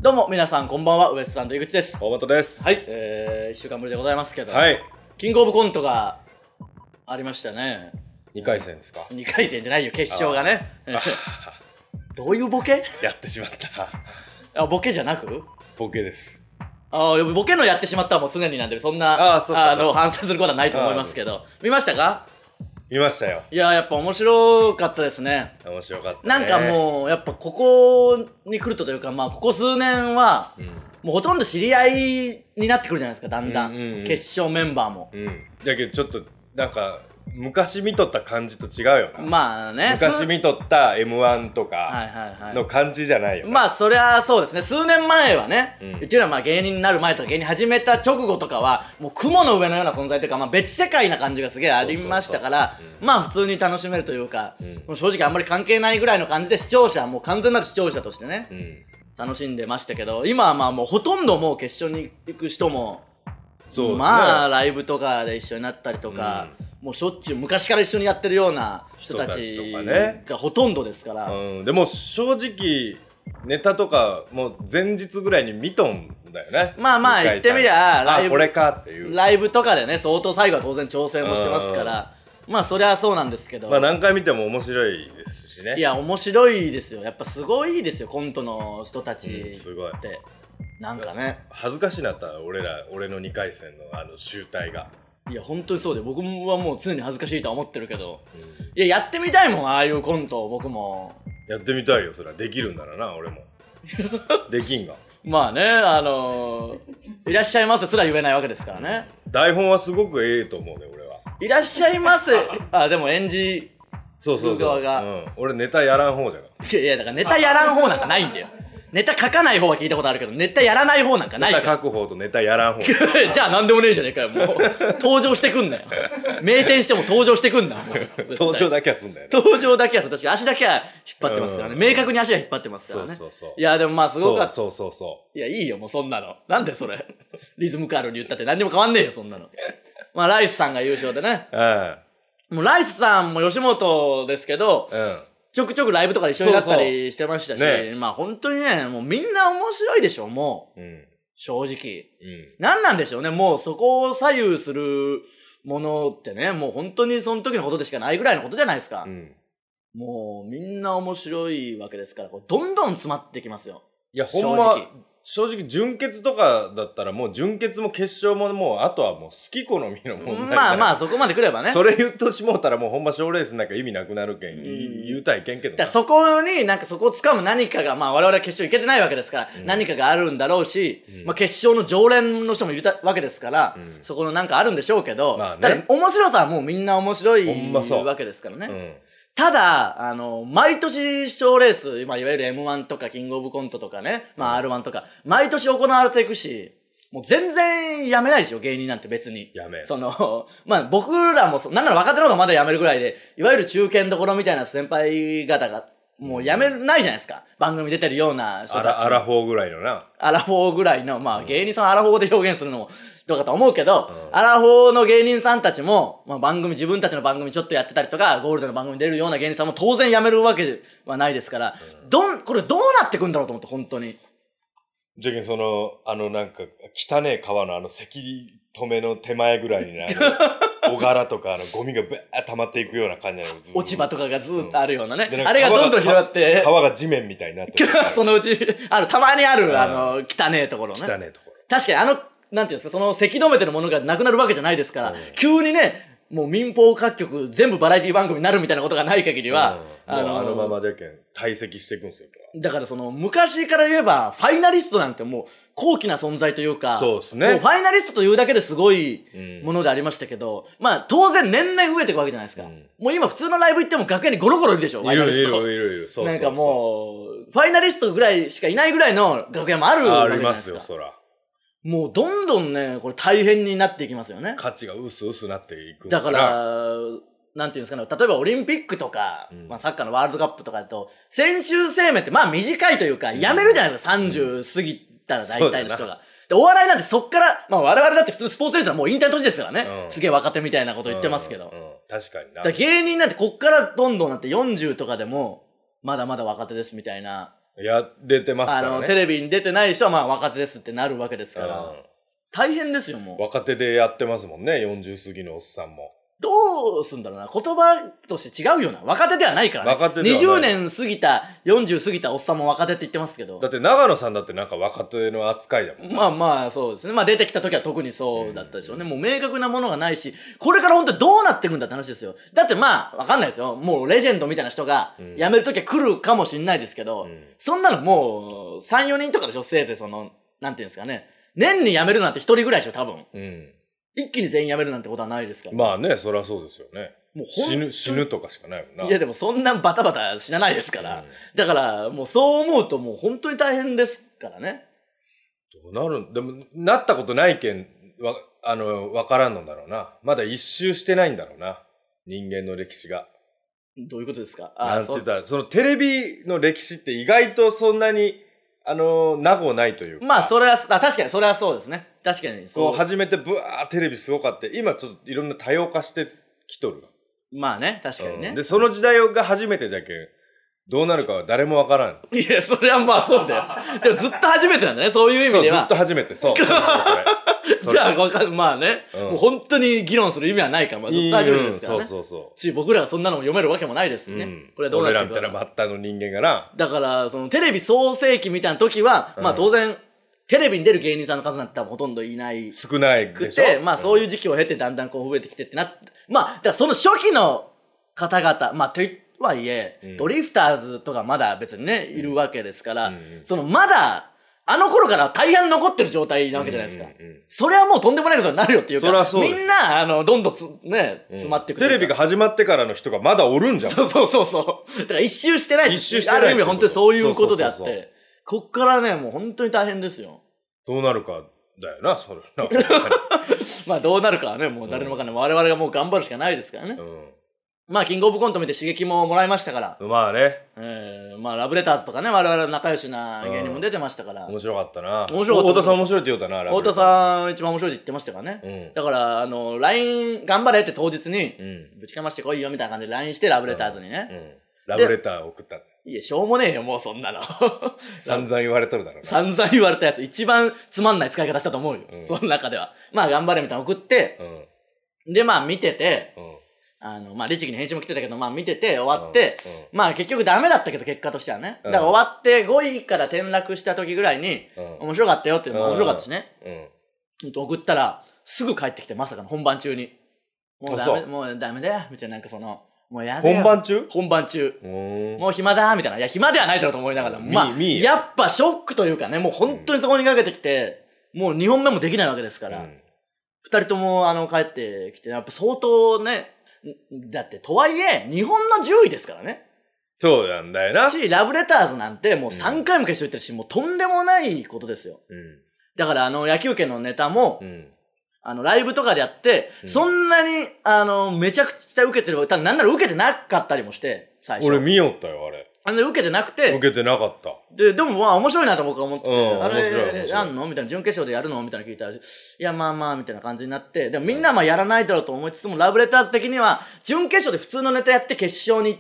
どうも皆さんこんばんは、ウエストランド井口です。 大本です。 はい、1週間ぶりでございますけど、 はい。 キングオブコントがありましたね。 2回戦ですか 2回戦じゃないよ、決勝がね。どういうボケ？ やってしまった。 ボケじゃなく？ ボケです。 ボケのやってしまったはもう常になんで、そんな反省することはないと思いますけど。見ましたか？ 見ましたよ。 いや、やっぱ面白かったですね。 面白かったね。 なんかもうやっぱここに来るというか、まあここ数年は、もうほとんど知り合いになってくるじゃないですか、だんだん。決勝メンバーも。 だけどちょっとなんか昔見とった感じと違うよな。 まあね。 昔見とった M1 とかの感じじゃないよな。 まあそりゃそうですね。数年前はね、言ってみればまあ芸人になる前とか芸人始めた直後とかはもう雲の上のような存在というか、まあ別世界な感じがすげえありましたから、まあ普通に楽しめるというか、もう正直あんまり関係ないぐらいの感じで視聴者、もう完全なる視聴者としてね、楽しんでましたけど、今はまあもうほとんどもう決勝に行く人も、まあライブとかで一緒になったりとか、もうしょっちゅう昔から一緒にやってるような人たちがほとんどですから、 でも正直ネタとかもう前日ぐらいに見とんだよね。 まあまあ言ってみりゃこれかっていうライブとかでね、相当最後は当然挑戦もしてますから、まあそりゃそうなんですけど、 まあ何回見ても面白いですしね。 いや面白いですよ。やっぱすごいですよ、コントの人たちって、 すごいなんかね、 恥ずかしいなった俺の2回戦の集大が。 いや本当にそうで、僕はもう常に恥ずかしいとは思ってるけど、いややってみたいもん、ああいうコント。僕もやってみたいよ。それはできるんならな。俺もできんが。 まあね、いらっしゃいませすら言えないわけですからね。 台本はすごくええと思うね、俺は。 いらっしゃいませでも演じる側が、 俺ネタやらん方じゃん。 いやだからネタやらん方なんかないんだよ。ネタ書かない方は聞いたことあるけど、ネタやらない方なんかないから。 ネタ書く方とネタやらん方じゃあなんでもねえじゃねえかよ。もう登場してくんなよ。名店しても登場してくんな。 登場だけはすんだよね。 登場だけは確かに足だけは引っ張ってますからね。明確に足は引っ張ってますからね。いやでもまあすごかった。いやいいよもうそんなの。なんでそれリズムカールに言ったって何にも変わんねえよそんなの。まあライスさんが優勝でね。もうライスさんも吉本ですけど、ちょくちょくライブとかで一緒になったりしてましたし、まあ本当にね、もうみんな面白いでしょ、もう。正直。何なんでしょうね、もうそこを左右するものってね、もう本当にその時のことでしかないぐらいのことじゃないですか。もうみんな面白いわけですから、どんどん詰まってきますよ。 いや、ほんま、正直準決とかだったらもう準決も決勝ももうあとはもう好き好みの問題。 まあまあそこまで来ればね。 それ言っとしもうたらもうほんま賞レースなんか意味なくなるけん言うたいけんけど。 そこになんかそこを掴む何かが、まあ我々は決勝行けてないわけですから、何かがあるんだろうし、まあ決勝の常連の人もいるわけですから、そこのなんかあるんでしょうけど、ただ面白さはもうみんな面白いわけですからね。ただ、毎年賞レース、いわゆる M1 とかキングオブコントとかね、まあ R1 とか、毎年行われていくし、もう全然やめないでしょ、芸人なんて別に。まあ僕らも、なんなら若手の方がまだやめるぐらいで、いわゆる中堅どころみたいな先輩方が、もうやめないじゃないですか。番組出てるような人たち。 アラフォーぐらいのな。 アラフォーぐらいの、まあ芸人さんアラフォーで表現するのもどうかと思うけど、アラフォーの芸人さんたちも、まあ自分たちの番組ちょっとやってたりとか、ゴールドの番組に出るような芸人さんも当然やめるわけはないですから、これどうなってくんだろうと思って、本当に。 じゃけんなんか、汚ねえ川のせき止めの手前ぐらいに小柄とかゴミがブーッ溜まっていくような感じなの。 落ち葉とかがずーっとあるようなね。あれがどんどん広がって。 川が地面みたいになってる。 そのうち、たまにある、汚ねえところね。 汚ねえところ。 確かになんていうんですか、そのせき止めてるものがなくなるわけじゃないですから、急にね、もう民放各局全部バラエティ番組になるみたいなことがない限りは、 あのままでけん堆積していくんですよ。 だから昔から言えばファイナリストなんてもう高貴な存在というか、 そうですね。 もうファイナリストというだけですごいものでありましたけど、まあ当然年々増えていくわけじゃないですか。もう今普通のライブ行っても楽屋にゴロゴロいるでしょ、ファイナリスト。 いる。そう。 なんかもうファイナリストぐらいしかいないぐらいの楽屋もあるわけじゃないですか。 ありますよ、そら。 もうどんどんね、これ大変になっていきますよね。 価値がうすなっていく。 だから、なんていうんですかね、例えばオリンピックとか、まあサッカーのワールドカップとかだと、選手生命ってまあ短いというか、やめるじゃないですか、30過ぎたら大体の人が。で、お笑いなんてそっから、まあ我々だって普通スポーツ選手はもう引退年ですからね。すげえ若手みたいなこと言ってますけど。 確かにな。 だ芸人なんてこっからどんどんなって40とかでも、まだまだ若手ですみたいなやれてますからね。 テレビに出てない人はまあ若手ですってなるわけですから。大変ですよ、もう。 若手でやってますもんね、40過ぎのおっさんも。 どうすんだろうな。言葉として違うよな。若手ではないからね。 若手ではない。 20年過ぎた、40過ぎたおっさんも若手って言ってますけど。 だって長野さんだってなんか若手の扱いだもん。 まあまあ、そうですね。まあ出てきた時は特にそうだったでしょうね。もう明確なものがないし、これから本当にどうなっていくんだって話ですよ。だってまあ、わかんないですよ。もうレジェンドみたいな人が辞める時は来るかもしんないですけど、そんなのもう、3、4人とかでしょ、せいぜいその、なんていうんですかね。年に辞めるなんて1人ぐらいでしょ、多分。一気に全員辞めるなんてことはないですから。 まあね、そりゃそうですよね。もう死ぬとかしかないもんな。 いやでもそんなバタバタ死なないですから。だからもうそう思うともう本当に大変ですからね。 どうなるんでも、なったことないけん、わからんのだろうな。まだ一周してないんだろうな。人間の歴史が。 どういうことですか？ なんて言ったら、そのテレビの歴史って意外とそんなに、名護ないというか。 まあ、それは、確かにそれはそうですね。確かにそう。初めてブワーテレビすごかった。今ちょっといろんな多様化してきとる。 まあね、確かにね。 で、その時代が初めてじゃけん、どうなるかは誰もわからん。 いや、それはまあそうだよ。でもずっと初めてなんだね、そういう意味では。 そう、ずっと初めて。そう。 じゃあ、まあね、もう本当に議論する意味はないから、まあずっと初めてですからね。そう。僕らがそんなのも読めるわけもないですしね。これはどうなっていくか。 俺らみたいな末端の人間がな。 だから、そのテレビ創世期みたいな時は、まあ当然、テレビに出る芸人さんの数なんて多分ほとんどいない。 少ないでしょ。 まあそういう時期を経てだんだんこう増えてきてってまあ、だからその初期の方々、まあとはいえ、ドリフターズとかまだ別にね、いるわけですから、まだ、あの頃から大半残ってる状態なわけじゃないですか。それはもうとんでもないことになるよっていうか、みんな、どんどん詰まってくる。 テレビが始まってからの人がまだおるんじゃん。 そう。だから一周してない。ある意味本当にそういうことであって、こっからね、もう本当に大変ですよ。 どうなるかだよな、それ。 まあどうなるかはね、もう誰もわかんない。我々がもう頑張るしかないですからね。まあ、キングオブコント見て刺激ももらいましたから。 まあね。 まあ、ラブレターズとかね、我々仲良しな芸人も出てましたから。 面白かったな。 面白かった。 太田さん面白いって言うたな、 ラブレターズ。太田さん一番面白いって言ってましたからね。だから、LINE 頑張れって当日に、ぶちかましてこいよみたいな感じで LINE してラブレターズにね。 ラブレター送った。 いや、しょうもねえよ、もうそんなの。 散々言われとるだろうな。 散々言われたやつ、一番つまんない使い方したと思うよ。その中では。まあ、頑張れみたいなの送って、で、まあ、見てて、まあ、律儀に返信も来てたけど、まあ見てて終わって、まあ結局ダメだったけど結果としてはね。だから終わって5位から転落した時ぐらいに、面白かったよっていうのも面白かったしね。送ったら、すぐ帰ってきてまさかの本番中に。もうダメだよ、みたいななんかもうやだよ。 本番中。 もう暇だ、みたいな。いや、暇ではないだろうと思いながら。まあ、やっぱショックというかね、もう本当にそこにかけてきて、もう2本目もできないわけですから。2人とも帰ってきて、やっぱ相当ね、だって、とはいえ、日本の10位ですからね。 そうなんだよな。 ラブレターズなんてもう3回も決勝行ってるし、もうとんでもないことですよ。だから野球圏のネタも、ライブとかでやって、そんなに、めちゃくちゃ受けてる、なんなら受けてなかったりもして、最初。 俺見よったよ、あれ。 受けてなくて。 受けてなかった。 でもまあ面白いなと僕は思ってて、あれ、やんのみたいな、準決勝でやるのみたいな聞いたら、いやまあまあ、みたいな感じになって、でもみんなはまあやらないだろうと思いつつも、ラブレターズ的には、準決勝で普通のネタやって決勝に行って、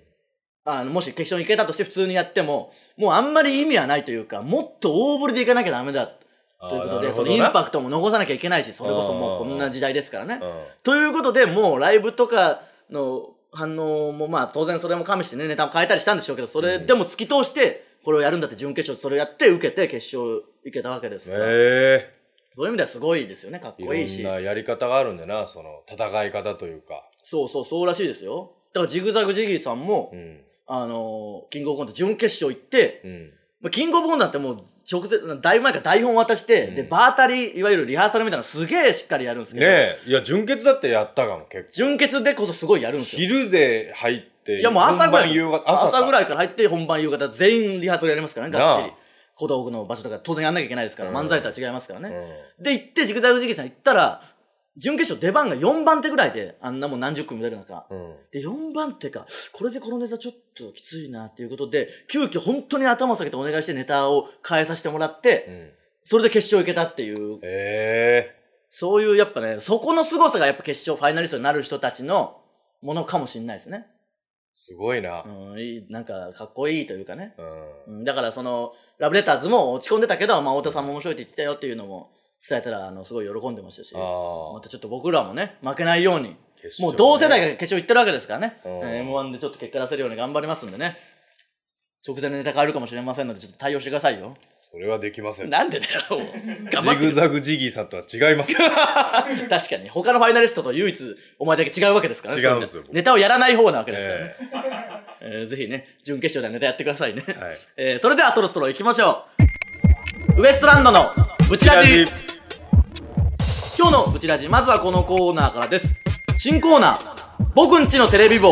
もし決勝に行けたとして普通にやっても、もうあんまり意味はないというか、もっと大振りでいかなきゃダメだ。ということで、そのインパクトも残さなきゃいけないし、それこそもうこんな時代ですからね。ということで、もうライブとかの反応もまあ当然それも加味してね、ネタも変えたりしたんでしょうけど、それでも突き通して、これをやるんだって準決勝それをやって受けて決勝行けたわけですから。そういう意味ではすごいですよね、かっこいいし。 いろんなやり方があるんだな、その戦い方というか。 そうらしいですよ。だからジグザグジギーさんも、キングオブコント準決勝行って、キングオブコントなんてもう直前、だいぶ前から台本渡して、で、場当たり、いわゆるリハーサルみたいなのすげえしっかりやるんですけど。 ねえ、いや、準決だってやったかも、結構。 準決でこそすごいやるんですよ。 昼で入って、 いやもう朝ぐらい。 朝ぐらいから入って、本番夕方、全員リハーサルやりますからね、がっちり。小道具の場所とか当然やんなきゃいけないですから、漫才とは違いますからね。で、行って、ジグザグジギーさん行ったら、準決勝出番が4番手ぐらいで、あんなもん何十組出る中。で、4番手か、これでこのネタちょっときついなっていうことで、急遽本当に頭を下げてお願いしてネタを変えさせてもらって、それで決勝行けたっていう。そういうやっぱね、そこの凄さがやっぱ決勝ファイナリストになる人たちのものかもしれないですね。 すごいな。 なんか、かっこいいというかね。だからラブレターズも落ち込んでたけど、まあ、太田さんも面白いって言ってたよっていうのも伝えたら、すごい喜んでましたし、またちょっと僕らもね、負けないように、もう同世代が決勝行ってるわけですからね。M1 でちょっと結果出せるように頑張りますんでね。直前でネタ変えるかもしれませんので、ちょっと対応してくださいよ。 それはできません。 なんでだよ。 頑張って。ジグザグジギーさんとは違います。 確かに。他のファイナリストと唯一、お前だけ違うわけですからね。 違うんですよ。 ネタをやらない方なわけですからね。ぜひね、準決勝ではネタやってくださいね。それではそろそろ行きましょう。ウエストランドのブチラジ。今日のブチラジ、まずはこのコーナーからです。新コーナー、僕んちのテレビ棒。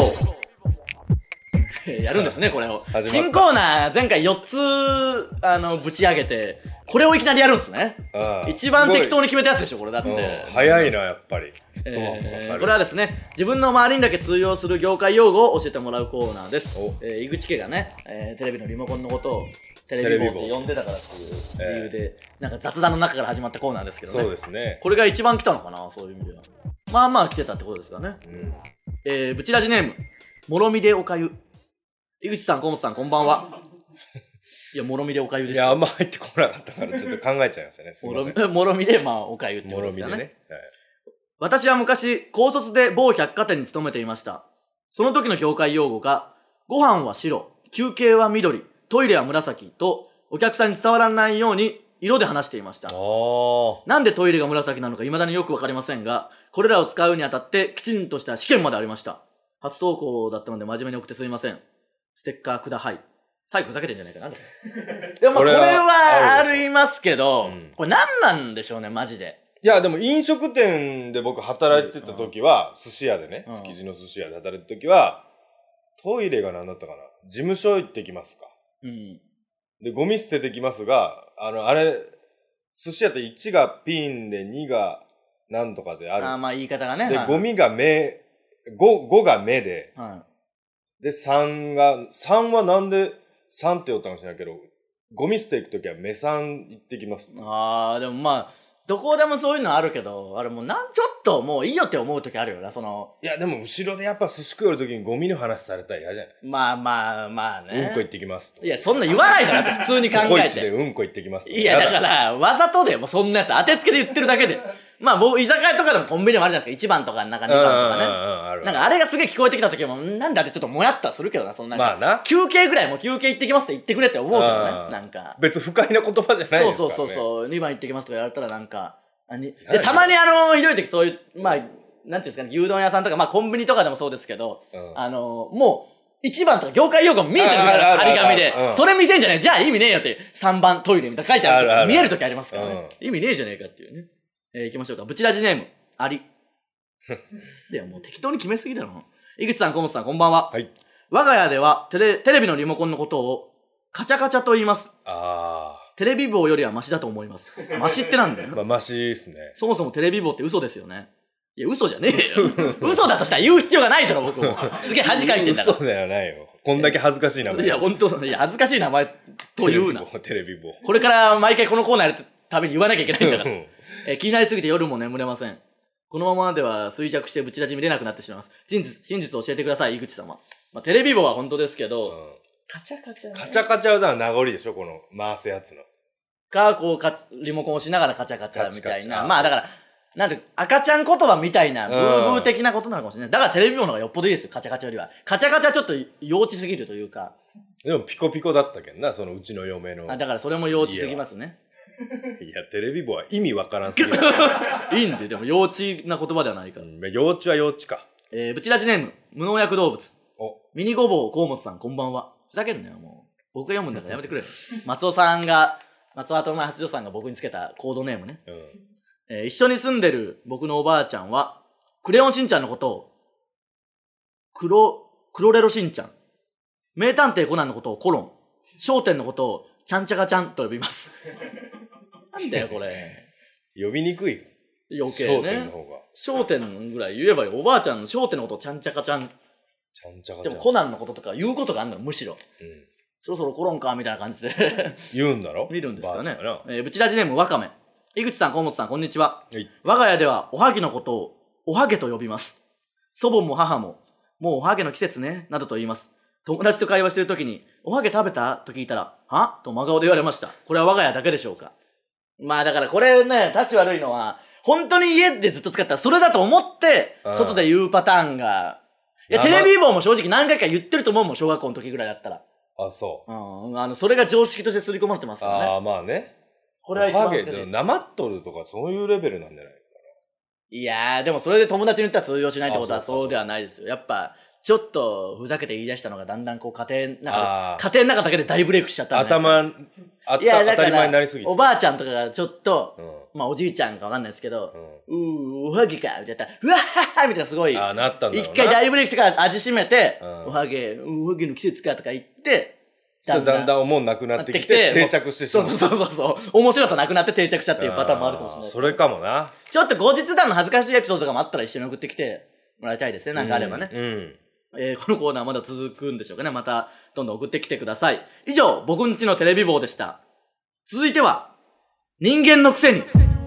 やるんですね、これを。新コーナー、前回4つ、ぶち上げて、これをいきなりやるんですね。一番適当に決めたやつでしょ、これだって。 早いな、やっぱり。 これはですね、自分の周りにだけ通用する業界用語を教えてもらうコーナーです。井口家がね、テレビのリモコンのことを、テレビ棒って呼んでたからっていう理由で、なんか雑談の中から始まったコーナーですけどね。 そうですね。 これが一番来たのかな、そういう意味では。まあまあ来てたってことですかね。ブチラジネーム、もろみでおかゆ。井口さん、河本さん、こんばんは。いや、もろみでおかゆですよ。 いや、あんま入ってこなかったから、ちょっと考えちゃいましたね。すみません。 もろみで、まあ、おかゆってことですかね。 もろみでね。 私は昔、高卒で某百貨店に勤めていました。その時の業界用語が、ご飯は白、休憩は緑、トイレは紫と、お客さんに伝わらないように、色で話していました。なんでトイレが紫なのか未だによくわかりませんが、これらを使うにあたって、きちんとした試験までありました。初投稿だったので真面目に送ってすみません。ステッカーくだはい。最後ふざけてんじゃないかな。でもこれはありますけど、これ何なんでしょうね、マジで。 いや、でも飲食店で僕働いてた時は、寿司屋でね、築地の寿司屋で働いてた時は、トイレが何だったかな。事務所行ってきますか。で、ゴミ捨ててきますが、あれ、寿司屋って1がピンで2がなんとかである。 まあ言い方がね。 で、ゴミが目、5が目で、で、3はなんで3って言ったかもしれないけど、ゴミ捨て行くときは目3行ってきます。 でもまあ、どこでもそういうのあるけど、あれもうちょっともういいよって思うときあるよな、 いや、でも後ろでやっぱ寿司食うときにゴミの話されたら嫌じゃない？ まあね。 うんこ行ってきます。 いや、そんな言わないだろって普通に考えて。 ココイチでうんこ行ってきます。 いや、だから、わざとでもそんなやつ当てつけで言ってるだけで。まあ、僕、居酒屋とかでもコンビニもあるじゃないですか。1番とか、なんか2番とかね。なんかあれがすげえ聞こえてきた時も、なんだってちょっともやったらするけどな、そんな。 まあな。 休憩ぐらいも休憩行ってきますって言ってくれって思うけどね。なんか。 別不快な言葉じゃないですからね。 そう。2番行ってきますとか言われたらなんか。で、たまにひどい時そういう、まあ、なんていうんですかね、牛丼屋さんとか、まあコンビニとかでもそうですけど、もう、1番とか業界用語見えてるから張り紙で、それ見せんじゃない、じゃあ意味ねえよっていう、3番トイレみたいな書いてあるとか見える時ありますからね。意味ねえじゃねえかっていうね。行きましょうか。ブチラジネーム、アリ。でももう適当に決めすぎだろ。井口さん、河本さん、こんばんは。 はい。 我が家ではテレビのリモコンのことをカチャカチャと言います。テレビ棒よりはマシだと思います。マシってなんだよ。 まあマシですね。 そもそもテレビ棒って嘘ですよね。いや、嘘じゃねえよ。嘘だとしたら言う必要がないだろ、僕も。すげえ恥かいてんだから。 嘘じゃないよ。こんだけ恥ずかしい名前。 いや、ほんと、恥ずかしい名前と言うな。 テレビ棒。 これから毎回このコーナーやるために言わなきゃいけないんだから。気になりすぎて夜も眠れません。このままでは衰弱してブチラジ見れなくなってしまいます。真実を教えてください、井口様。まあ、テレビ棒は本当ですけど、カチャカチャ。 カチャカチャはだから名残でしょ、この回すやつの。 こうリモコンをしながらカチャカチャみたいな。まあだから、なんで、赤ちゃん言葉みたいな、ブーブー的なことなのかもしれない。だからテレビ棒の方がよっぽどいいですよ、カチャカチャよりは。カチャカチャちょっと幼稚すぎるというか。 でもピコピコだったけどな、そのうちの嫁の。 だからそれも幼稚すぎますね。 いや、テレビ棒は意味わからんすぎる。 いいんで、でも幼稚な言葉ではないから。 幼稚は幼稚か。 ブチラジネーム、無農薬動物。ミニゴボウ河本さん、こんばんは。ふざけんなよ、もう。僕が読むんだからやめてくれ。松尾と八条さんが僕につけたコードネームね。一緒に住んでる僕のおばあちゃんは、クレヨンしんちゃんのことを、クロレロしんちゃん。名探偵コナンのことをコロン。商店のことを、ちゃんちゃかちゃんと呼びます。なんだよ、これ。 呼びにくい。 余計ね。商店の方が。商店ぐらい言えばよ。おばあちゃんの商店のことをちゃんちゃかちゃん。 ちゃんちゃかちゃん。 でもコナンのこととか言うことがあんのむしろ。そろそろコロンかみたいな感じで言うんだろ見るんですかね。ブチラジネームわかめ。井口さん、河本さん、こんにちは。 はい。 我が家ではおはぎのことをおはげと呼びます。祖母も母ももうおはげの季節ね、などと言います。友達と会話してるときに、おはげ食べたと聞いたら、はと真顔で言われました。これは我が家だけでしょうか。まあだからこれね、立ち悪いのは、本当に家でずっと使ったらそれだと思って、外で言うパターンが、いや、テレビ棒も正直何回か言ってると思うもん、小学校の時ぐらいだったら。 あ、そう。 それが常識として刷り込まれてますからね。 ああ、まあね。 これは一番難しい。 生っとるとかそういうレベルなんじゃないかな。 いやー、でもそれで友達に言ったら通用しないってことはそうではないですよ。やっぱ、ちょっとふざけて言い出したのがだんだんこう家庭の中だけで大ブレイクしちゃったんです当たり前になりすぎて。 おばあちゃんとかがちょっと、まあおじいちゃんかわかんないですけど、おはげかみたいな、うわっはっみたいなすごい、 なったんだろうな。 一回大ブレイクしてから味しめて、おはげの季節かとか言って、 だんだん思うなくなってきて定着してしまう。 そう。面白さなくなって定着したっていうパターンもあるかもしれない。 それかもな。 ちょっと後日談の恥ずかしいエピソードとかもあったら一緒に送ってきてもらいたいですね。なんかあればね。このコーナーまだ続くんでしょうかね。またどんどん送ってきてください。以上、僕んちのテレビ棒でした。続いては、人間のくせに。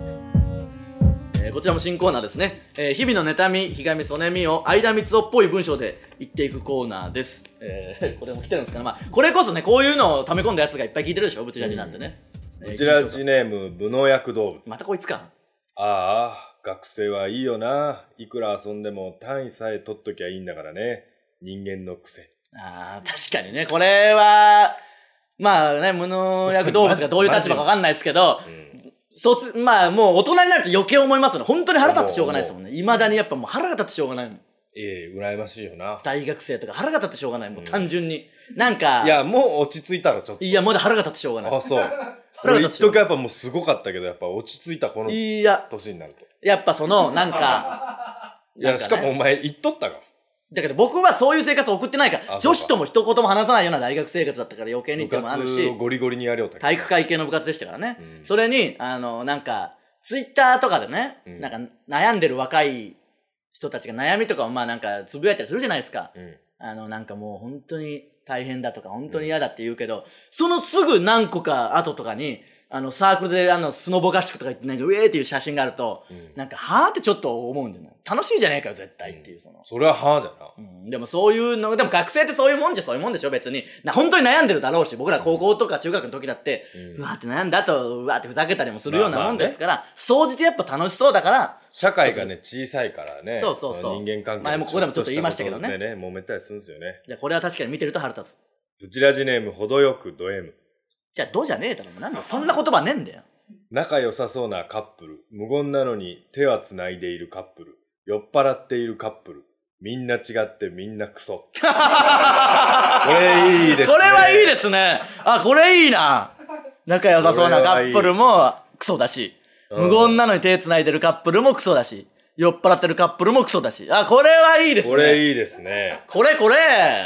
こちらも新コーナーですね。日々の妬み、ひがみ、そねみを相田みつをっぽい文章で言っていくコーナーです。これも来てるんですかね。まあ、これこそね、こういうのを溜め込んだやつがいっぱい聞いてるでしょ、ブチラジなんてね。 ブチラジネーム、無農薬動物。 またこいつか。 ああ、学生はいいよな。いくら遊んでも単位さえ取っときゃいいんだからね。人間のくせに。 ああ、確かにね、これは、まあね、無農薬動物がどういう立場かわかんないですけど、まあもう大人になると余計思いますよね。本当に腹立ってしょうがないですもんね。未だにやっぱもう腹が立ってしょうがないもん。 羨ましいよな。 大学生とか腹が立ってしょうがない。もう単純に。なんか。 いや、もう落ち着いたらちょっと。 いや、まだ腹が立ってしょうがない。 あ、そう。俺一時やっぱもうすごかったけど、やっぱ落ち着いたこの年になると。 やっぱなんか。 いや、しかもお前言っとったか。 だけど僕はそういう生活を送ってないから、女子とも一言も話さないような大学生活だったから余計にっていうのもあるし。 ゴリゴリにやりよった。 体育会系の部活でしたからね。それに、なんか、ツイッターとかでね、なんか悩んでる若い人たちが悩みとかをまあなんかつぶやいたりするじゃないですか。なんかもう本当に大変だとか本当に嫌だって言うけど、そのすぐ何個か後とかに、サークルでスノボ合宿とか行ってなんかウェーっていう写真があると、なんかはぁってちょっと思うんだよね。楽しいじゃねえかよ絶対っていうそれははぁじゃな。でもそういうの、でも学生ってそういうもんでしょ別に。本当に悩んでるだろうし、僕ら高校とか中学の時だって、うわーって悩んだ後、うわーってふざけたりもするようなもんですから、総じてやっぱ楽しそうだから。 社会がね、小さいからね。 そう。 人間関係。 前もここでもちょっと言いましたけどね。 揉めたりするんですよね。 これは確かに見てると腹立つ。 ブチラジネーム、程よくド M。 じゃあ、どじゃねえだろ。なんでそんな言葉ねえんだよ。 仲良さそうなカップル、無言なのに手は繋いでいるカップル、酔っ払っているカップル、みんな違ってみんなクソ。これいいですね。 これはいいですね。あ、これいいな。仲良さそうなカップルもクソだし、無言なのに手繋いでるカップルもクソだし、酔っ払ってるカップルもクソだし。あ、これはいいですね。 これいいですね。 これ。これ、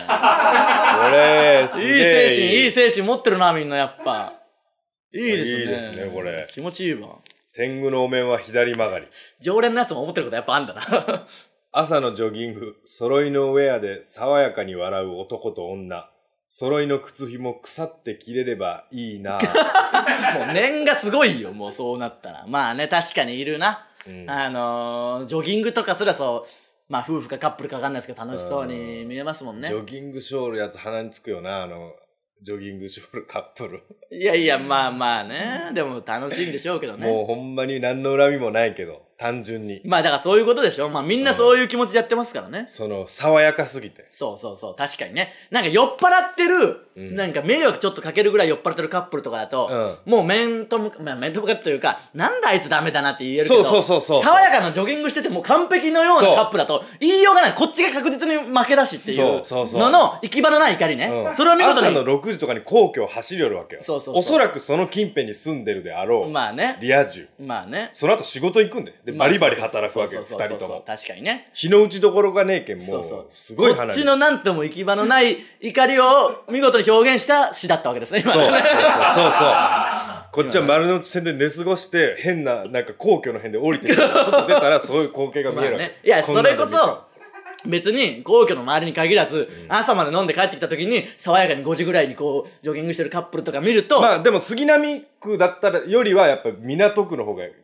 すげえいい精神持ってるな、みんなやっぱ。いいですね。 いいですね、これ。 気持ちいいわ。 天狗のお面は左曲がり。 常連のやつも思ってることやっぱあんだな。 朝のジョギング、揃いのウェアで爽やかに笑う男と女。揃いの靴紐腐って切れればいいな。 もう念がすごいよ、もうそうなったら。まあね、確かにいるな。ジョギングとかすらそう、まあ夫婦かカップルかわかんないですけど楽しそうに見えますもんね。 ジョギングショールやつ鼻につくよな、ジョギングショールカップル。 いや、まあね。でも楽しいんでしょうけどね。 もうほんまに何の恨みもないけど、単純に。 まあだからそういうことでしょ。まあみんなそういう気持ちでやってますからね。 爽やかすぎて。 そう。確かにね。なんか酔っ払ってる、なんか迷惑ちょっとかけるぐらい酔っ払ってるカップルとかだと、もう面と向かってというか、なんだあいつダメだなって言えるけど、 そう。 爽やかなジョギングしてても完璧のようなカップルだと、言いようがない。こっちが確実に負けだしっていうのの行き場のない怒りね。それを見事に。 朝の6時とかに皇居を走り寄るわけよ。 そう。 おそらくその近辺に住んでるであろう。 まあね。 リア充。 まあね。 その後仕事行くんで。で、バリバリ働くわけよ、二人とも。 確かにね。 日の打ちどころがねえけん、もう、すごい離れ。 こっちのなんとも行き場のない怒りを見事に表現した詩だったわけですね、今ね。そう。 こっちは丸の内線で寝過ごして、変な、なんか皇居の辺で降りて外出たらそういう光景が見えるわけ。 いや、それこそ、別に皇居の周りに限らず、朝まで飲んで帰ってきた時に爽やかに5時ぐらいにこうジョギングしてるカップルとか見ると、 まあでも杉並区だったらよりはやっぱ港区の方が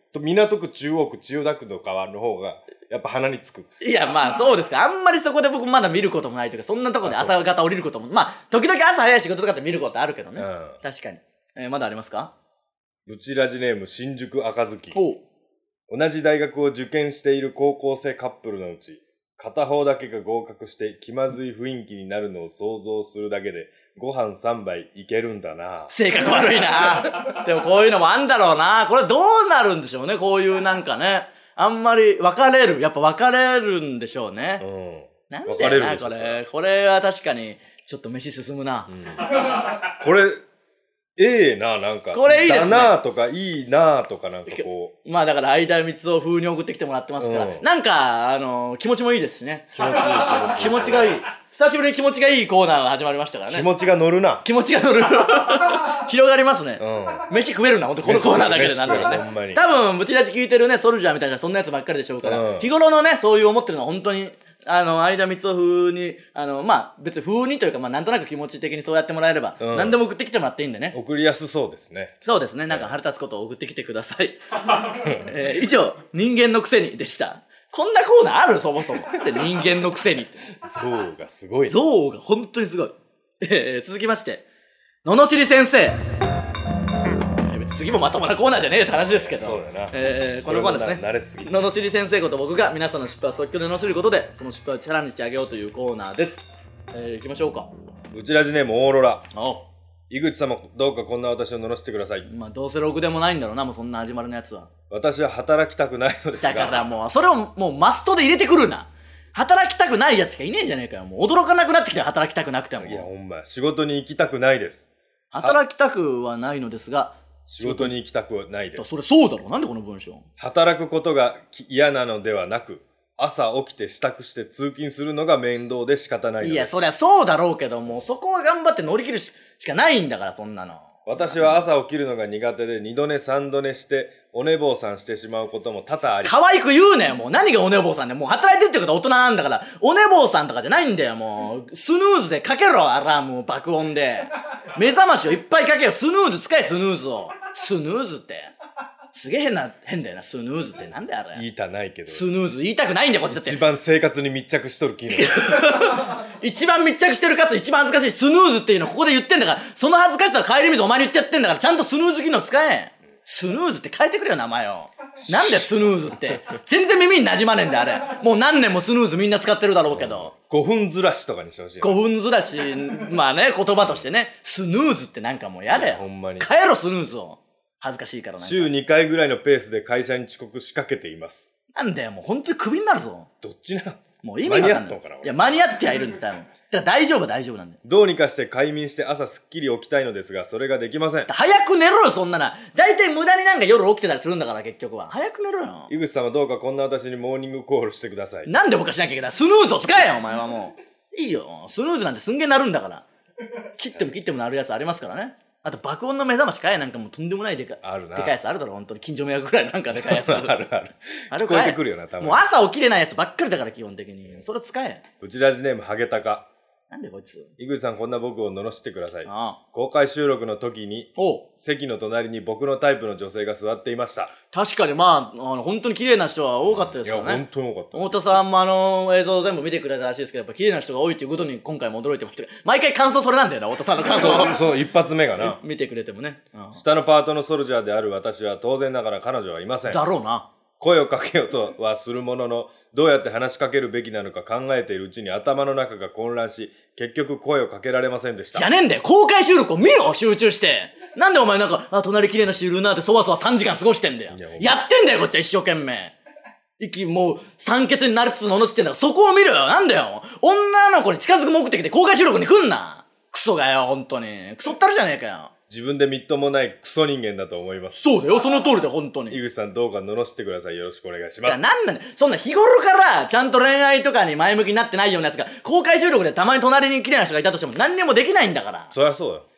港区、中央区、千代田区の川の方が、やっぱ鼻につく。 いや、まあそうですか。あんまりそこで僕まだ見ることもないというか、そんなとこで朝方降りることも、まあ、時々朝早い仕事とかって見ることあるけどね。確かに。まだありますか？ ブチラジネーム、新宿赤月。同じ大学を受験している高校生カップルのうち、片方だけが合格して気まずい雰囲気になるのを想像するだけで、ご飯3杯いけるんだな。 性格悪いな。でもこういうのもあんだろうな。これどうなるんでしょうね、こういうなんかね。あんまりやっぱ別れるんでしょうね。なんでやな、これ。これは確かに、ちょっと飯進むな。 これ、なんか。 これいいですね。 だなとか、いいなとかなんかこう。まあだから、相田光夫風に送ってきてもらってますから。なんか、気持ちもいいですしね。気持ちがいい。久しぶりに気持ちがいいコーナーが始まりましたからね。 気持ちが乗るな。 気持ちが乗る。広がりますね。飯食えるな、ほんとこのコーナーだけでなんだろうね。多分、ブチラジ聞いてるね、ソルジャーみたいなそんなやつばっかりでしょうから、日頃のね、そういう思ってるのは本当に、相田光夫風に、まあ、別に風にというか、まあ、なんとなく気持ち的にそうやってもらえれば、何でも送ってきてもらっていいんでね。 送りやすそうですね。 そうですね。なんか腹立つことを送ってきてください。以上、人間のくせにでした。こんなコーナーあるそもそも。って人間のくせにって。 象がすごい、ね。 象が本当にすごい。続きまして、ののしり先生。次もまともなコーナーじゃねえって話ですけど。 そうだな。 このコーナーですね。 慣れすぎ。 ののしり先生こと僕が皆さんの失敗を即興で罵ることで、その失敗をチャレンジしてあげようというコーナーです。行きましょうか。 うちラジネームオーロラ。井口様、どうかこんな私を罵してください。 まあ、どうせろくでもないんだろうな、もうそんな始まりのやつは。 私は働きたくないのですが。 だからもう、それをもうマストで入れてくるな。働きたくないやつしかいねえじゃねえかよ。もう驚かなくなってきて働きたくなくても。 いや、ほんま、仕事に行きたくないです。 働きたくはないのですが、 仕事に行きたくはないです。 それそうだろ。なんでこの文章。 働くことが嫌なのではなく、朝起きて支度して通勤するのが面倒で仕方ないのです。 いや、そりゃそうだろうけども、そこは頑張って乗り切るしかないんだから、そんなの。 私は朝起きるのが苦手で2度寝3度寝してお寝坊さんしてしまうことも多々あり。 可愛く言うなよ、もう。何がお寝坊さんで、もう働いてるってことは大人なんだから、お寝坊さんとかじゃないんだよ、もう。スヌーズでかけろ、アラームを爆音で。目覚ましをいっぱいかけよ、スヌーズ使え、スヌーズを。スヌーズって。すげえ変だよな、スヌーズって。なんだよ、あれ。 言いたないけど。 スヌーズ言いたくないんだよ、こっちだって。 一番生活に密着しとる機能。 一番密着してるかつ一番恥ずかしいスヌーズっていうのここで言ってんだから、その恥ずかしさは帰り水お前に言ってやってんだから、ちゃんとスヌーズ機能使え。スヌーズって変えてくれよ、名前を。なんでスヌーズって。全然耳に馴染まねえんだよ、あれ。もう何年もスヌーズみんな使ってるだろうけど。 5分ずらしとかにしてほしい。 5分ずらし、まあね、言葉としてね、スヌーズってなんかもう嫌だよ。 ほんまに。 変えろ、スヌーズを。恥ずかしいからな。 週2回ぐらいのペースで会社に遅刻しかけています。 なんだよ、もう本当にクビになるぞ。 どっちな。 もう意味わかんない。いや、間に合ってはいるんだ、多分。だから大丈夫なんだよ。 どうにかして快眠して朝すっきり起きたいのですが、それができません。 早く寝ろよ、そんなな。大体無駄になんか夜起きてたりするんだから、結局は。早く寝ろよ。 井口様、どうかこんな私にモーニングコールしてください。 なんで僕はしなきゃいけない。スヌーズを使えよ、お前はもう。いいよ。スヌーズなんてすんげえ鳴るんだから。切っても鳴るやつありますからね。あと爆音の目覚ましかえなんかもうとんでもないでかいやつあるだろ、本当に近所迷惑ぐらいなんかでかいやつ。 ある。聞こえてくるよな、多分。 もう朝起きれないやつばっかりだから基本的に。それ使え。 うちラジネームハゲタカ。 なんでこいつ。 井口さん、こんな僕を罵ってください。公開収録の時に、席の隣に僕のタイプの女性が座っていました。 確かにまあ、本当に綺麗な人は多かったですからね。 いや、本当に多かった。 太田さんも映像全部見てくれたらしいですけど、やっぱ綺麗な人が多いっていうことに今回も驚いてましたけど、毎回感想それなんだよな、太田さんの感想。 そう、一発目がな。 見てくれてもね。 下のパートのソルジャーである私は当然ながら彼女はいません。 だろうな。 声をかけようとはするものの、どうやって話しかけるべきなのか考えているうちに頭の中が混乱し、結局声をかけられませんでした。 じゃねえんだよ、公開収録を見ろ、集中して。なんでお前なんか、隣綺麗な人いるなってそわそわ3時間過ごしてんだよ。やってんだよ、こっちは一生懸命。もう酸欠になりつつ罵ってんだから、そこを見ろよ。なんだよ。女の子に近づく目的で公開収録に来んな。クソがよ、本当に。クソったるじゃねえかよ。 自分でみっともないクソ人間だと思います。 そうだよ、その通りだよ、本当に。 井口さん、どうか罵ってください。よろしくお願いします。 いや、なんなんだよ。そんな日頃からちゃんと恋愛とかに前向きになってないようなやつが、公開収録でたまに隣に綺麗な人がいたとしても何にもできないんだから。 そりゃそうだよ。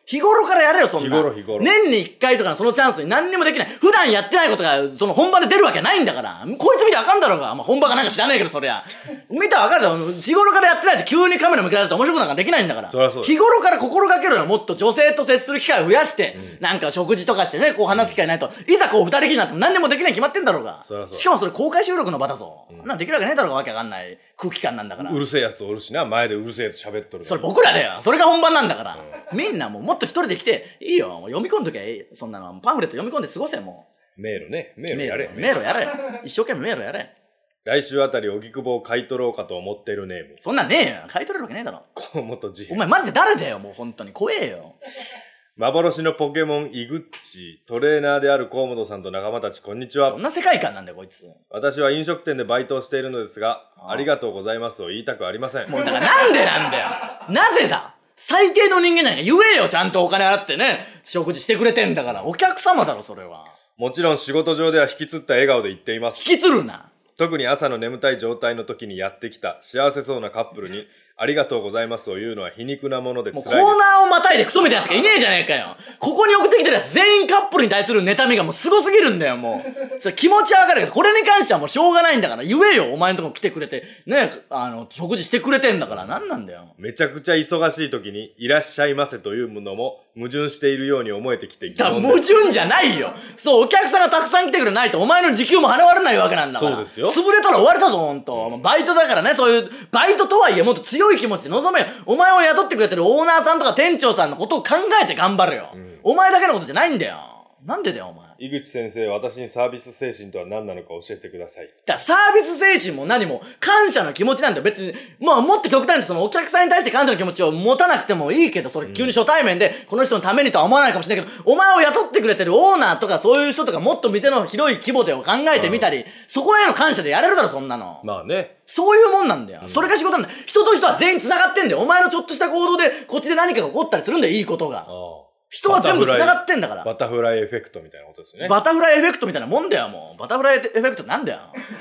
日頃からやれよ、そんな。 日頃。 年に1回とかのそのチャンスに何にもできない。普段やってないことが、その本番で出るわけないんだから。こいつ見てわかんだろうが。まあ、本番がなんか知らねえけど、そりゃ。見たらわかるだろ。日頃からやってないと急にカメラ向けられると面白くなんかできないんだから。 そりゃそう日頃から心がけるのはもっと女性と接する機会を増やして、なんか食事とかしてね、こう話す機会ないと、いざこう二人きりになっても何にもできないに決まってんだろうが。 そりゃそう。 しかもそれ公開収録の場だぞ。なんできるわけねえだろうがわけわかんない空気感なんだから。 うるせえやつおるしな、前でうるせえやつ喋っとる。 それ僕らだよ。それが本番なんだから。みんなもっと一人で来て、いいよ。もう読み込んどきゃいい。そんなの。パンフレット読み込んで過ごせ、もう。迷路ね。迷路やれ。 迷路やれ。一生懸命迷路やれ。 来週あたり荻窪を買い取ろうかと思ってるネーム。 そんなんねえよ。買い取れるわけねえだろ。 河本慈お前マジで誰だよ、もう本当に。怖えよ。 幻のポケモンイグッチ、トレーナーである河本さんと仲間たち、こんにちは。 どんな世界観なんだよ、こいつ。 私は飲食店でバイトをしているのですが、ありがとうございますを言いたくありません。 もうだからなんでなんだよ。なぜだ最低の人間なんか言えよ、ちゃんとお金払ってね、食事してくれてんだから。お客様だろ、それは。 もちろん仕事上では引きつった笑顔で言っています。 引きつるな。 特に朝の眠たい状態の時にやってきた幸せそうなカップルに、ありがとうございますを言うのは皮肉なもので辛いです。 もうコーナーをまたいでクソみたいなやつがいねえじゃねえかよ。ここに送ってきてるやつ全員カップルに対する妬みがもうすごすぎるんだよ、もう。それ気持ちはわかるけど、これに関してはもうしょうがないんだから。言えよ、お前のとこ来てくれて。ね、食事してくれてんだから。なんなんだよ。 めちゃくちゃ忙しい時に、いらっしゃいませというのも、矛盾しているように思えてきて疑問です。 矛盾じゃないよ。そう、お客さんがたくさん来てくれないと、お前の時給も払われないわけなんだから。 そうですよ。 潰れたら終われたぞ、ほんと。バイトだからね、そういう、バイトとはいえもっと強い気持ちで臨めよ。お前を雇ってくれてるオーナーさんとか店長さんのことを考えて頑張れよ。お前だけのことじゃないんだよ。なんでだよ、お前。 井口先生、私にサービス精神とは何なのか教えてください。 だからサービス精神も何も感謝の気持ちなんだよ。別に、まあもっと極端にそのお客さんに対して感謝の気持ちを持たなくてもいいけど、それ急に初対面でこの人のためにとは思わないかもしれないけど、お前を雇ってくれてるオーナーとかそういう人とかもっと店の広い規模でを考えてみたり、そこへの感謝でやれるだろ、そんなの。 まあね。 そういうもんなんだよ。それが仕事なんだよ。人と人は全員繋がってんだよ。お前のちょっとした行動でこっちで何かが起こったりするんだよ、いいことが。人は全部繋がってんだから。 バタフライエフェクトみたいなことですね。 バタフライエフェクトみたいなもんだよ、もう。バタフライエフェクトなんだよ。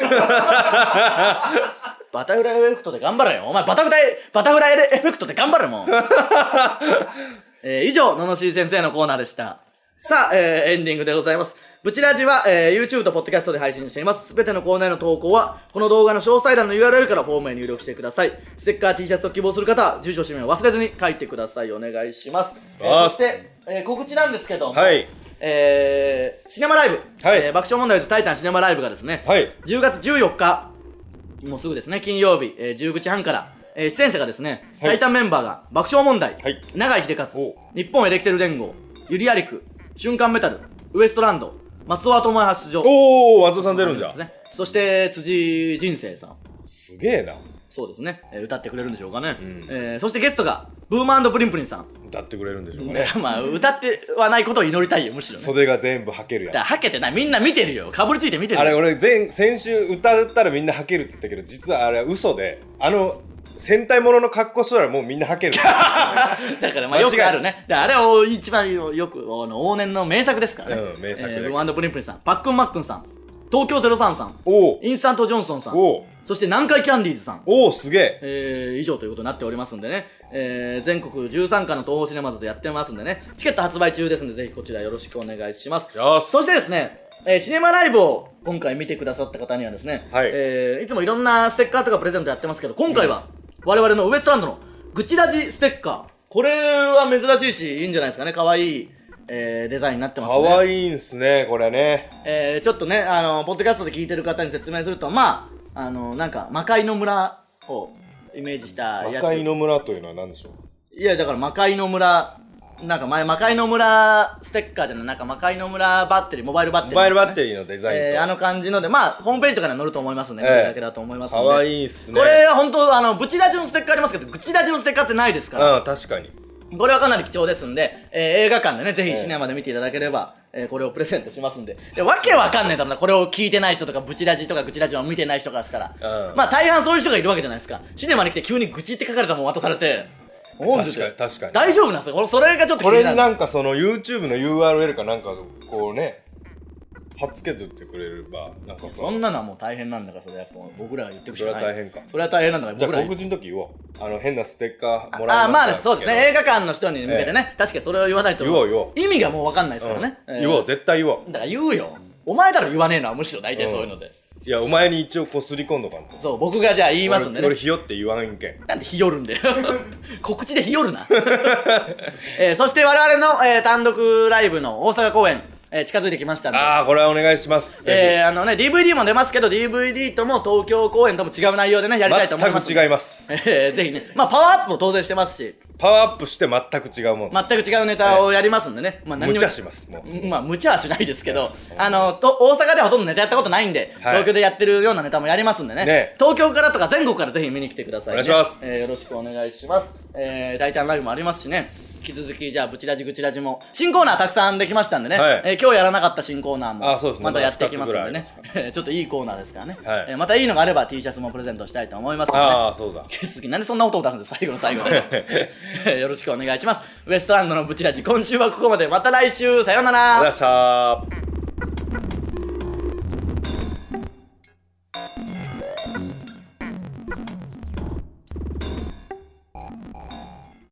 バタフライエフェクトで頑張れよ。お前バタフライエフェクトで頑張れもう。以上、ののしー先生のコーナーでした。さあ、エンディングでございます。ブチラジは、YouTube とポッドキャストで配信しています。すべてのコーナーへの投稿は、この動画の詳細欄の URL からフォームへ入力してください。ステッカー T シャツを希望する方は、住所氏名を忘れずに書いてください。お願いします。そして、告知なんですけども、 はい。 シネマライブ、 はい、 爆笑問題ズタイタンシネマライブがですね、 はい、 10月14日、もうすぐですね、金曜日、19時半から、出演者がですね、はい、タイタンメンバーが爆笑問題、はい、永井秀勝、日本エレキテル連合、ユリアリク、瞬間メタル、ウエストランド、松尾智也出場。 おー、松尾さん出るんじゃ。 そして、辻人生さん。 すげえな。 そうですね、歌ってくれるんでしょうかね。そしてゲストが、ブーマー&プリンプリンさん。 歌ってくれるんでしょうかね。 まあ、歌ってはないことを祈りたいよ、むしろ、ね。 袖が全部履けるやん。 履けてない。みんな見てるよ。かぶりついて見てるよ。 あれ、俺、先週歌ったらみんな履けるって言ったけど、実はあれは嘘で、戦隊ものの格好したらもうみんな履ける。だからまあよくあるね。あれを一番よく、往年の名作ですからね。 名作で。 ブーマー&プリンプリンさん、パックンマックンさん、東京03さん、インスタントジョンソンさん、そして南海キャンディーズさん。 すげえ。以上ということになっておりますんでね。全国13巻の東宝シネマズでやってますんでね。チケット発売中ですんで、ぜひこちらよろしくお願いします。そしてですね、シネマライブを今回見てくださった方にはですね、はい、いつもいろんなステッカーとかプレゼントやってますけど、今回は我々のウエストランドのグチラジステッカー。これは珍しいし、いいんじゃないですかね。かわいい。デザインになってますね。 かわいいんすね、これね。 ちょっとね、ポッドキャストで聞いてる方に説明すると、まあ、なんか、魔界の村をイメージしたやつ。 魔界の村というのは何でしょう？ いや、だから魔界の村、なんか魔界の村ステッカーじゃない、なんか魔界の村バッテリー、モバイルバッテリー、ね。 モバイルバッテリーのデザインと。 感じので、まあ、ホームページとかに載ると思いますんで、見ていただければと思いますんで。 かわいいっすね。 これは本当、ブチラジのステッカーありますけど、グチラジのステッカーってないですから。 確かに。 これはかなり貴重ですんで、映画館でね、ぜひシネマで見ていただければ、これをプレゼントしますんで。わけわかんねえだろな、これを聞いてない人とか、ブチラジとかグチラジを見てない人からしたら。まあ大半そういう人がいるわけじゃないですか。シネマに来て急にグチって書かれたもん渡されて。 確かに。 大丈夫なんですよ。それがちょっと気になる。 これなんかその YouTube の URL かなんか、こうね、 はっつけとってくれれば、なんかそんなのはもう大変なんだから、それやっぱ僕らが言ってくしかない。 それは大変か。 それは大変なんだから僕ら。じゃあ告知の時言おう。変なステッカーもらいました。 まあそうですね。映画館の人に向けてね、確かにそれを言わないと。 言おう。 意味がもう分かんないですからね。 言おう、絶対言おう。 だから言うよ。お前だろ言わねえのはむしろ大体そういうので。 いや、お前に一応こうすり込んどかんと。 そう、僕がじゃあ言いますんでね。 俺ひよって言わんけん。 なんでひよるんだよ。告知でひよるな。そして我々の、単独ライブの大阪公演、近づいてきましたんで。 これはお願いします。 DVD も出ますけど、DVD とも東京公演とも違う内容でね、やりたいと思います。 全く違います。 ぜひね。まあ、パワーアップも当然してますし。 パワーアップして全く違うもん。 全く違うネタをやりますんでね。 まあ、無茶します、もう。 まあ、無茶はしないですけど、大阪ではほとんどネタやったことないんで、東京でやってるようなネタもやりますんでね。東京からとか全国からぜひ見に来てくださいね。 お願いします。 よろしくお願いします。大胆ライブもありますしね。引き続きじゃあブチラジグチラジも新コーナーたくさんできましたんでね、今日やらなかった新コーナーもまたやっていきますんでね、ちょっといいコーナーですからね、またいいのがあれば T シャツもプレゼントしたいと思いますので、 そうだ。 引き続きなんでそんな音を出すんです最後の最後でよろしくお願いします。ウエストランドのブチラジ今週はここまで、また来週さようなら。 ありがとうございました。